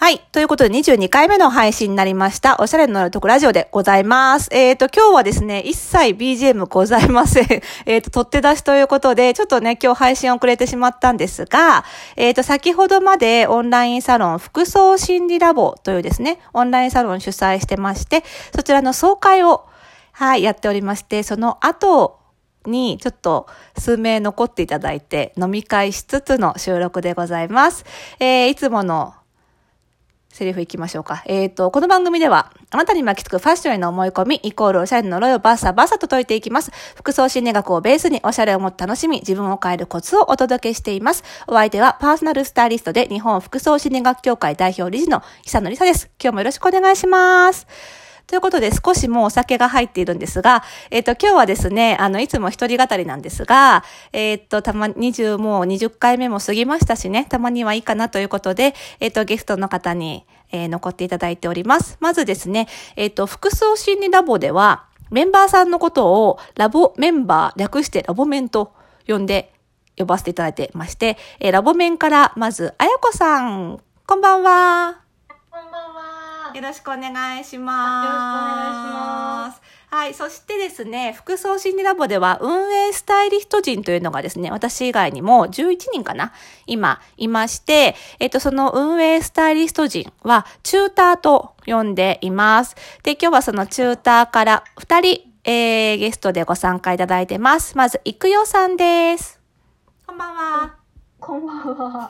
はい。ということで22回目の配信になりました。おしゃれのあるとこラジオでございます。今日はですね、一切 BGM ございません。取って出しということで、ちょっとね、今日配信遅れてしまったんですが、先ほどまでオンラインサロン服装心理ラボというですね、オンラインサロン主催してまして、そちらの総会を、はい、やっておりまして、その後、にちょっと数名残っていただいて飲み会しつつの収録でございます。いつものセリフいきましょうか。この番組では、あなたに巻きつくファッションへの思い込み、イコールおしゃれの呪いをバッサバサと解いていきます。服装心理学をベースにおしゃれをもっと楽しみ、自分を変えるコツをお届けしています。お相手はパーソナルスタイリストで日本服装心理学協会代表理事の久野理沙です。今日もよろしくお願いします。ということで少しもうお酒が入っているんですが、今日はですね、いつも一人語りなんですが、もう20回目も過ぎましたしね、たまにはいいかなということで、ゲストの方に、残っていただいております。まずですね、服装心理ラボでは、メンバーさんのことをラボメンバー、略してラボメンと呼ばせていただいてまして、ラボメンからまず、あやこさん、こんばんは。 こんばんは。 よろしくお願いします。 よろしくお願いします。 はい。そしてですね、服装心理ラボでは運営スタイリスト陣というのがですね、私以外にも11人かな今、いまして、その運営スタイリスト陣は、チューターと呼んでいます。で、今日はそのチューターから2人、ゲストでご参加いただいてます。まず、いくよさんです。こんばんは。 こんばんは。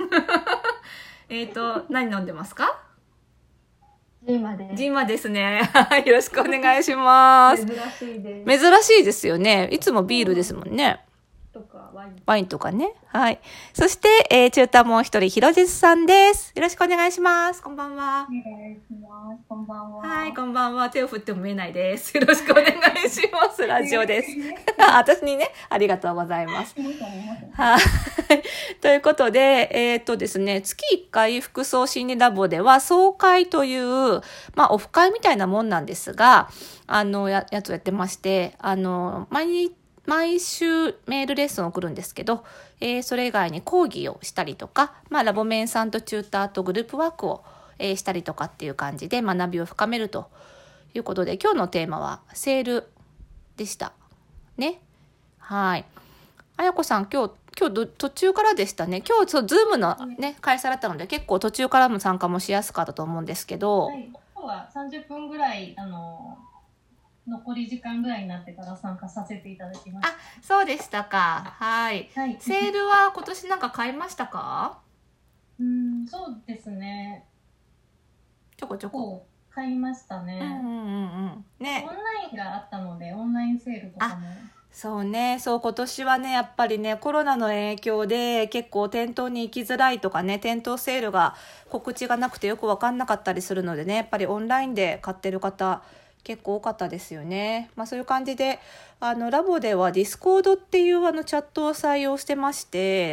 何飲んでますか？ ジーマです。 ジーマですね。よろしくお願いします。 珍しいです。 珍しいですよね。いつもビールですもんね。 とかワインとかね。はい。そして、中太もう一人、ひろじすさんです。よろしくお願いします。こんばんは。 お願いします。こんばんは。 はい、こんばんは。手を振っても見えないです。よろしくお願いします。ラジオです。私にね、ありがとうございます。はい。ということで、ですね、月1回服装心理ラボでは、総会という、オフ会みたいなもんなんですが、やつをやってまして、毎週メールレッスンを送るんですけど、それ以外に講義をしたりとか、ラボメンさんとチューターとグループワークを、したりとかっていう感じで学びを深めるということで、今日のテーマはセールでしたね。はい。あやこさん、今日途中からでしたね。今日ズームのね、開催だったので、結構途中からの参加もしやすかったと思うんですけど、 はい、今日は30分ぐらい残り時間ぐらいになってから参加させていただきました。 あ、そうでしたか。はい。 はい、 セールは今年なんか買いましたか？ そうですね。 ちょこちょこ買いましたね。 ね。 オンラインがあったので、オンラインセールとかも。 そうね。そう、今年はね、やっぱりね、コロナの影響で結構店頭に行きづらいとかね、店頭セールが告知がなくてよくわかんなかったりするのでね、やっぱりオンラインで買ってる方、結構多かったですよね。そういう感じで、ラボではディスコードっていうチャットを採用してまして、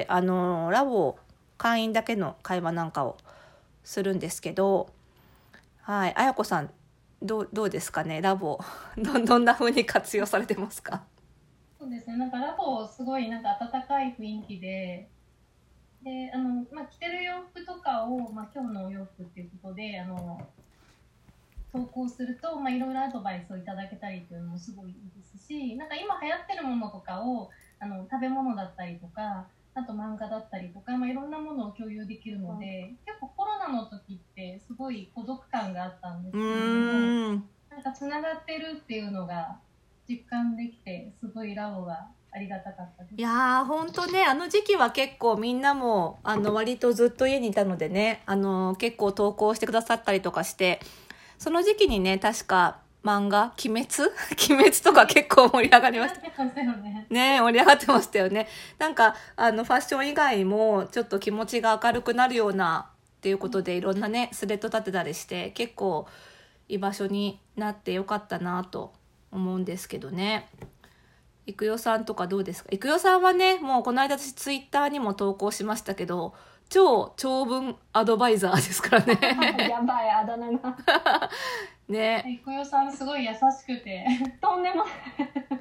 ラボ会員だけの会話なんかをするんですけど、はい、あやこさん、どうですかね、ラボ。どんな風に活用されてますか？ そうですね、なんかラボすごいなんか温かい雰囲気で、着てる洋服とかを、今日のお洋服っていうことで、投稿すると、いろいろアドバイスをいただけたりっていうのもすごいいいですし、なんか今流行ってるものとかを、食べ物だったりとか、あと漫画だったりとか、いろんなものを共有できるので、結構コロナの時ってすごい孤独感があったんですけれども、なんかつながってるっていうのが実感できて、すごいラボがありがたかったです。 いやー、ほんとね、時期は結構みんなも割とずっと家にいたのでね、結構投稿してくださったりとかして、その時期にね、確か漫画鬼滅とか結構盛り上がりました。ね、盛り上がってましたよね。なんかファッション以外にもちょっと気持ちが明るくなるようなっていうことで、いろんなねスレッド立てたりして、結構居場所になってよかったなと思うんですけどね。いくよさんとかどうですか？いくよさんはね、もうこの間私ツイッターにも投稿しましたけど、超長文アドバイザーですからね。 やばい、あだ名が。 ね。 いくよさんすごい優しくて、とんでもない。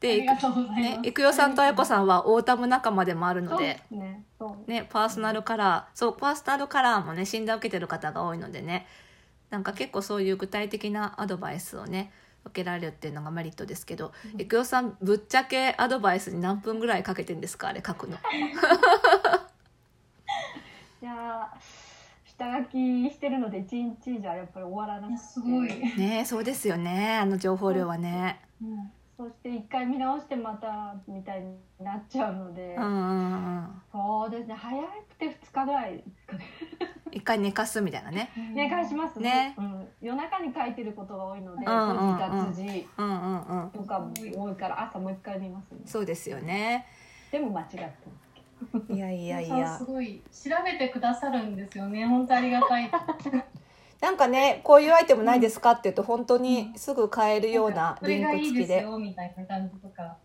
で、 りがとうございます。 ね、いくよさんとあやこさんはオータム仲間でもあるので、 そうですね。そうね、パーソナルカラーもね、診断を受けてる方が多いのでね、なんか結構そういう具体的なアドバイスをね、受けられるっていうのがメリットですけど、いくよさん、ぶっちゃけアドバイスに何分ぐらいかけてんですか、あれ書くの。 いや下書きしてるので1日じゃやっぱり終わらなくて、 すごい。 ね、そうですよね、あの情報量はね。 そして1回見直してまたみたいになっちゃうので、そうですね、早くて2日ぐらいですかね。 一回寝かすみたいなね。 寝かしますね、 夜中に書いてることが多いので、 誤字脱字とかも多いから朝もう一回見ますね。 そうですよね。 でも間違ってますけど。 いやいやいや、 すごい調べてくださるんですよね。本当ありがたい。 なんかね、こういうアイテムないですかって言うと本当にすぐ買えるようなリンク付きで、 これがいいですよみたいな感じとか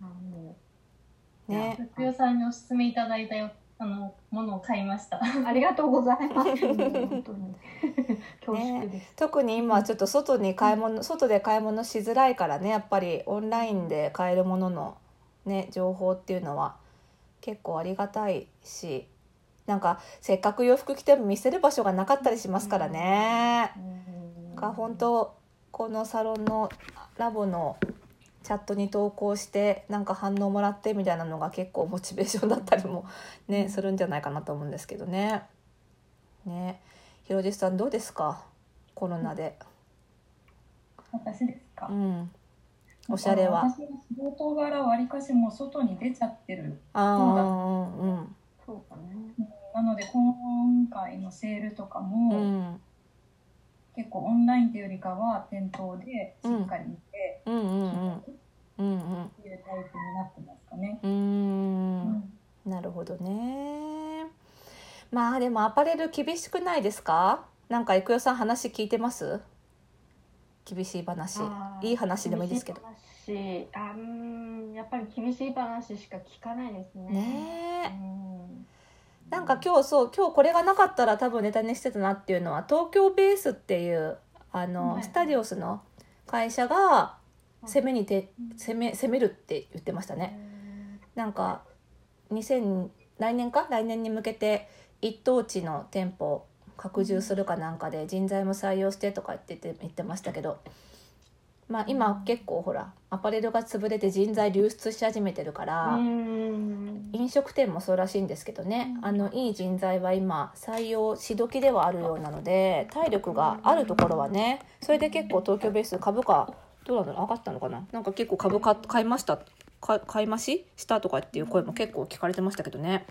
ね、 ふくよさんにおすすめいただいたものを買いました。 ありがとうございます。本当に恐縮です、 ね、特に今ちょっと外で買い物しづらいからね、やっぱりオンラインで買えるもののね、情報っていうのは結構ありがたいし、なんかせっかく洋服着ても見せる場所がなかったりしますからね。本当このサロンのラボのチャットに投稿してなんか反応もらってみたいなのが結構モチベーションだったりもね、するんじゃないかなと思うんですけどね。ね、ひろじさんどうですか、コロナで。 私ですか。 おしゃれは。 私の仕事柄わりかしもう外に出ちゃってる。 そうかね。 なので今回のセールとかも、結構オンラインというよりかは店頭でしっかり見てっていうタイプになってますかね。 なるほどね。まあでもアパレル厳しくないですか。なんかいくよさん話聞いてます？厳しい話、いい話でもいいですけど。 やっぱり厳しい話しか聞かないですね。 ねえ。なんか今日これがなかったら多分ネタにしてたなっていうのは、東京ベースっていうスタディオスの会社が攻めるって言ってましたね。なんか来年に向けて一等地の店舗拡充するかなんかで人材も採用してとか言ってましたけど、まあ今結構ほらアパレルが潰れて人材流出し始めてるから、飲食店もそうらしいんですけどね、いい人材は今採用し時ではあるようなので、体力があるところはね、それで結構東京ベース株価どうなんだろう、上がったのかな、なんか結構株価買い増したとかっていう声も結構聞かれてましたけどね。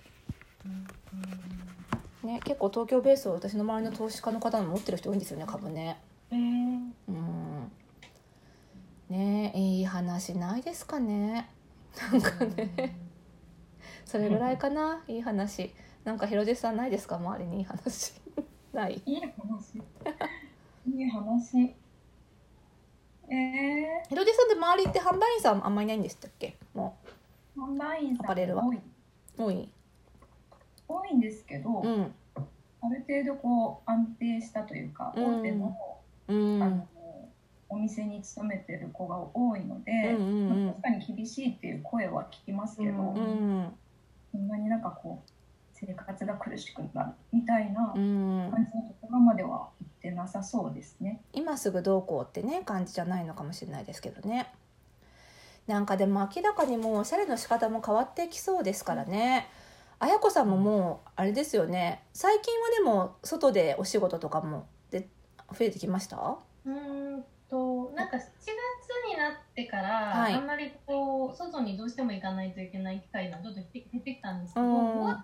ね、結構東京ベースを私の周りの投資家の方も持ってる人多いんですよね、株ね。ね、いい話ないですかね。なんかね、それぐらいかな、いい話。なんかひろじさんないですか、周りにいい話。ない。 いい話。 ひろじさんで周りって販売員さんあんまりいないんでしたっけ？もう販売員さんアパレルは多いんですけど、ある程度こう安定したというか、大手の、お店に勤めてる子が多いので、確かに厳しいっていう声は聞きますけど、そんなになんかこう生活が苦しくなるみたいな感じのところまでは行ってなさそうですね。 今すぐどうこうってね感じじゃないのかもしれないですけどね。なんかでも明らかにもうおしゃれの仕方も変わってきそうですからね。あやこさんももうあれですよね、最近はでも外でお仕事とかもで増えてきました？ なんか7月になってから、あんまりこう外にどうしても行かないといけない機会がちょっと減ってきたんですけど、5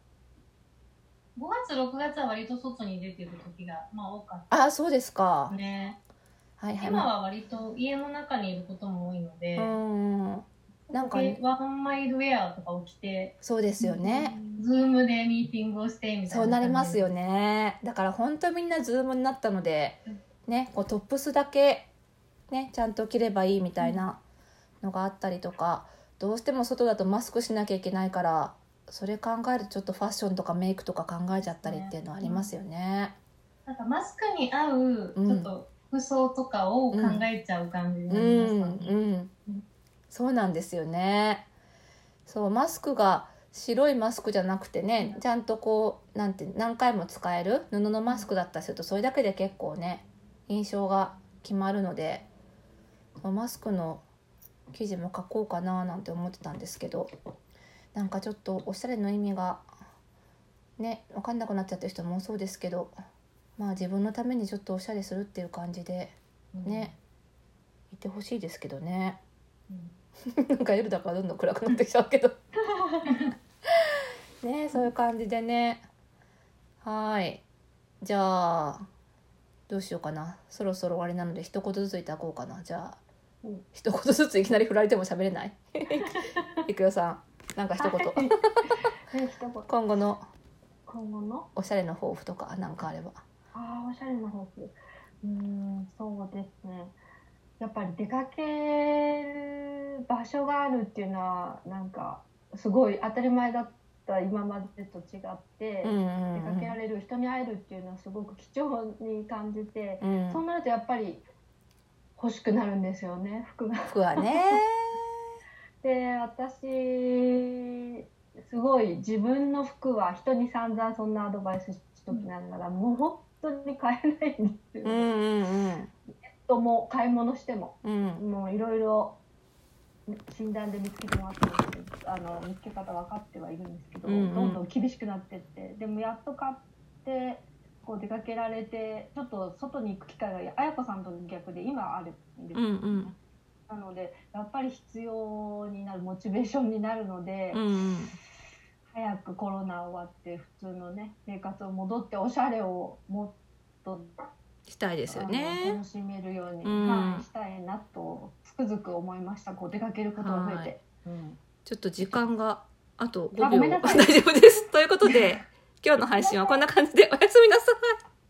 月6月は割と外に出てる時が多かった。 あ、そうですか。 ね。 はいはい、 今は割と家の中にいることも多いので、 なんか、 ワンマイルウェアとかを着て、 そうですよね。 ズームでミーティングをしてみたいな。 そうなりますよね。だから本当みんなズームになったので、ね、こうトップスだけねちゃんと着ればいいみたいなのがあったりとか、どうしても外だとマスクしなきゃいけないから、それ考えるとちょっとファッションとかメイクとか考えちゃったりっていうのはありますよね。 なんかマスクに合うちょっと服装とかを考えちゃう感じになりましたね。 そうなんですよね。そうマスクが白いマスクじゃなくてね、ちゃんとこう何回も使える布のマスクだったりするとそれだけで結構ね印象が決まるので、マスクの記事も書こうかななんて思ってたんですけど、なんかちょっとおしゃれの意味がね分かんなくなっちゃってる人もそうですけど、まあ自分のためにちょっとおしゃれするっていう感じでね、いてほしいですけどね。なんか夜だからどんどん暗くなってきちゃうけどね、そういう感じでね。はい、じゃあどうしようかな、そろそろ終わりなので一言ずついただこうかな。じゃあ、一言ずついきなり振られても喋れないいくよさん、なんか一言今後のおしゃれの抱負とかなんかあれば。 おしゃれの抱負、そうですね、やっぱり出かける場所があるっていうのはなんかすごい当たり前だった今までと違って、出かけられる人に会えるっていうのはすごく貴重に感じて、そうなるとやっぱり欲しくなるんですよね、服はねで、私すごい自分の服は人に散々そんなアドバイスしときながら、もう本当に買えないんですよ、ネットも買い物しても、もういろいろ診断で見つけてもらってるんですけど、見つけ方分かってはいるんですけど、どんどん厳しくなってって、でもやっと買ってこう出かけられて、ちょっと外に行く機会が綾子さんと逆で今あるんですよ、なのでやっぱり必要になるモチベーションになるので、早くコロナ終わって普通のね生活を戻っておしゃれをもっとしたいですよね、 楽しめるように、したいなとつくづく思いました。こう出かけることが増えて、 ちょっと時間があと5秒大丈夫ですということで今日の配信はこんな感じでおやすみなさい。